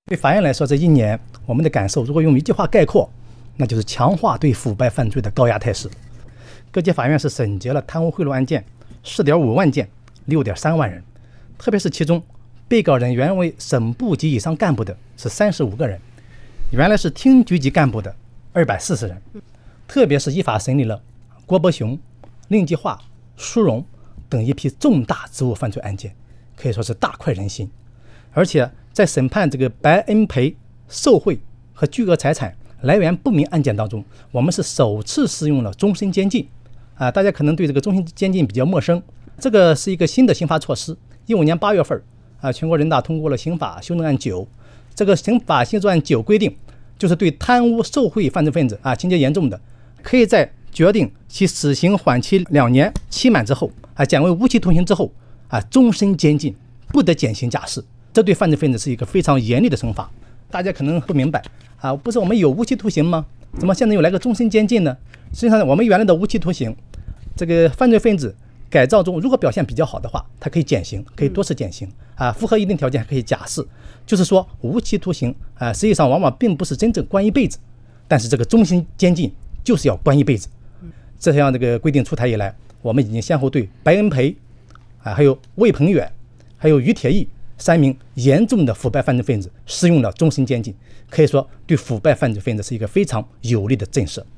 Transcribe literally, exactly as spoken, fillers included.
对法院来说，这一年我们的感受，如果用一句话概括，那就是强化对腐败犯罪的高压态势。各级法院是审结了贪污贿赂案件 四点五万件 六点三万人，特别是其中被告人原为省部级以上干部的是三十五个人，原来是厅局级干部的二百四十人，特别是依法审理了郭伯雄、令计划、苏荣等一批重大职务犯罪案件，可以说是大快人心。而且在审判这个白恩培、受贿和巨额财产来源不明案件当中，我们是首次适用了终身监禁啊！大家可能对这个终身监禁比较陌生，这个是一个新的刑罚措施。一五年八月份啊，全国人大通过了刑法修正案九，这个刑法修正案九规定，就是对贪污受贿犯罪分子啊，情节严重的，可以在决定其死刑缓期两年期满之后啊，减为无期徒刑之后啊，终身监禁，不得减刑假释。这对犯罪分子是一个非常严厉的惩罚。大家可能不明白啊，不是我们有无期徒刑吗？怎么现在又来个终身监禁呢？实际上，我们原来的无期徒刑，这个犯罪分子改造中如果表现比较好的话，他可以减刑，可以多次减刑啊，符合一定条件还可以假释。就是说，无期徒刑啊，实际上往往并不是真正关一辈子，但是这个终身监禁就是要关一辈子。这项这个规定出台以来，我们已经先后对白恩培啊，还有魏鹏远，还有于铁义三名严重的腐败犯罪分子适用了终身监禁，可以说对腐败犯罪分子是一个非常有力的震慑。